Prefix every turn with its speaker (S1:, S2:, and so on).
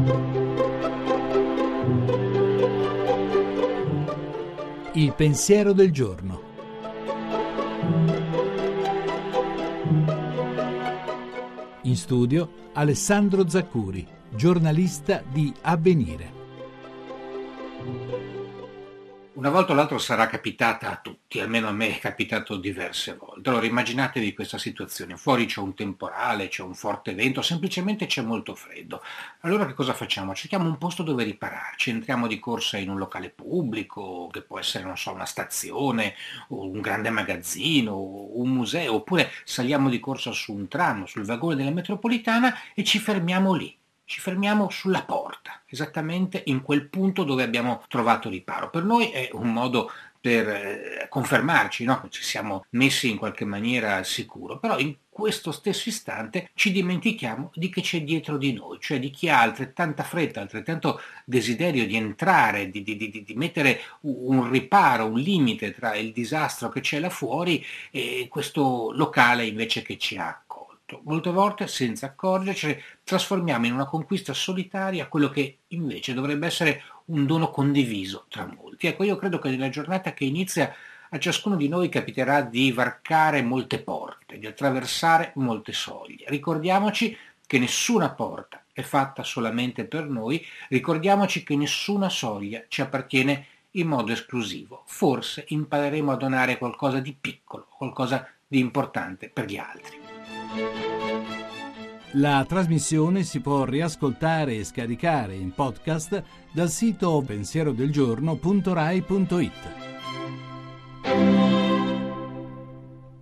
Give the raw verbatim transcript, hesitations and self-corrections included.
S1: Il pensiero del giorno. In studio Alessandro Zaccuri, giornalista di Avvenire.
S2: Una volta o l'altro sarà capitata a tutti, almeno a me è capitato diverse volte. Allora immaginatevi questa situazione: fuori c'è un temporale, c'è un forte vento, semplicemente c'è molto freddo. Allora che cosa facciamo? Cerchiamo un posto dove ripararci, entriamo di corsa in un locale pubblico, che può essere, non so, una stazione, o un grande magazzino, o un museo, oppure saliamo di corsa su un tram, sul vagone della metropolitana e ci fermiamo lì. Ci fermiamo sulla porta, esattamente in quel punto dove abbiamo trovato riparo. Per noi è un modo per eh, confermarci, no? Ci siamo messi in qualche maniera al sicuro, però in questo stesso istante ci dimentichiamo di che c'è dietro di noi, cioè di chi ha altrettanta fretta, altrettanto desiderio di entrare, di, di, di, di mettere un riparo, un limite tra il disastro che c'è là fuori e questo locale invece che ci ha accolto. Molte volte, senza accorgerci, trasformiamo in una conquista solitaria quello che invece dovrebbe essere un dono condiviso tra molti. Ecco, io credo che nella giornata che inizia a ciascuno di noi capiterà di varcare molte porte, di attraversare molte soglie. Ricordiamoci che nessuna porta è fatta solamente per noi, ricordiamoci che nessuna soglia ci appartiene in modo esclusivo. Forse impareremo a donare qualcosa di piccolo, qualcosa di importante per gli altri.
S1: La trasmissione si può riascoltare e scaricare in podcast dal sito pensierodelgiorno punto rai punto it.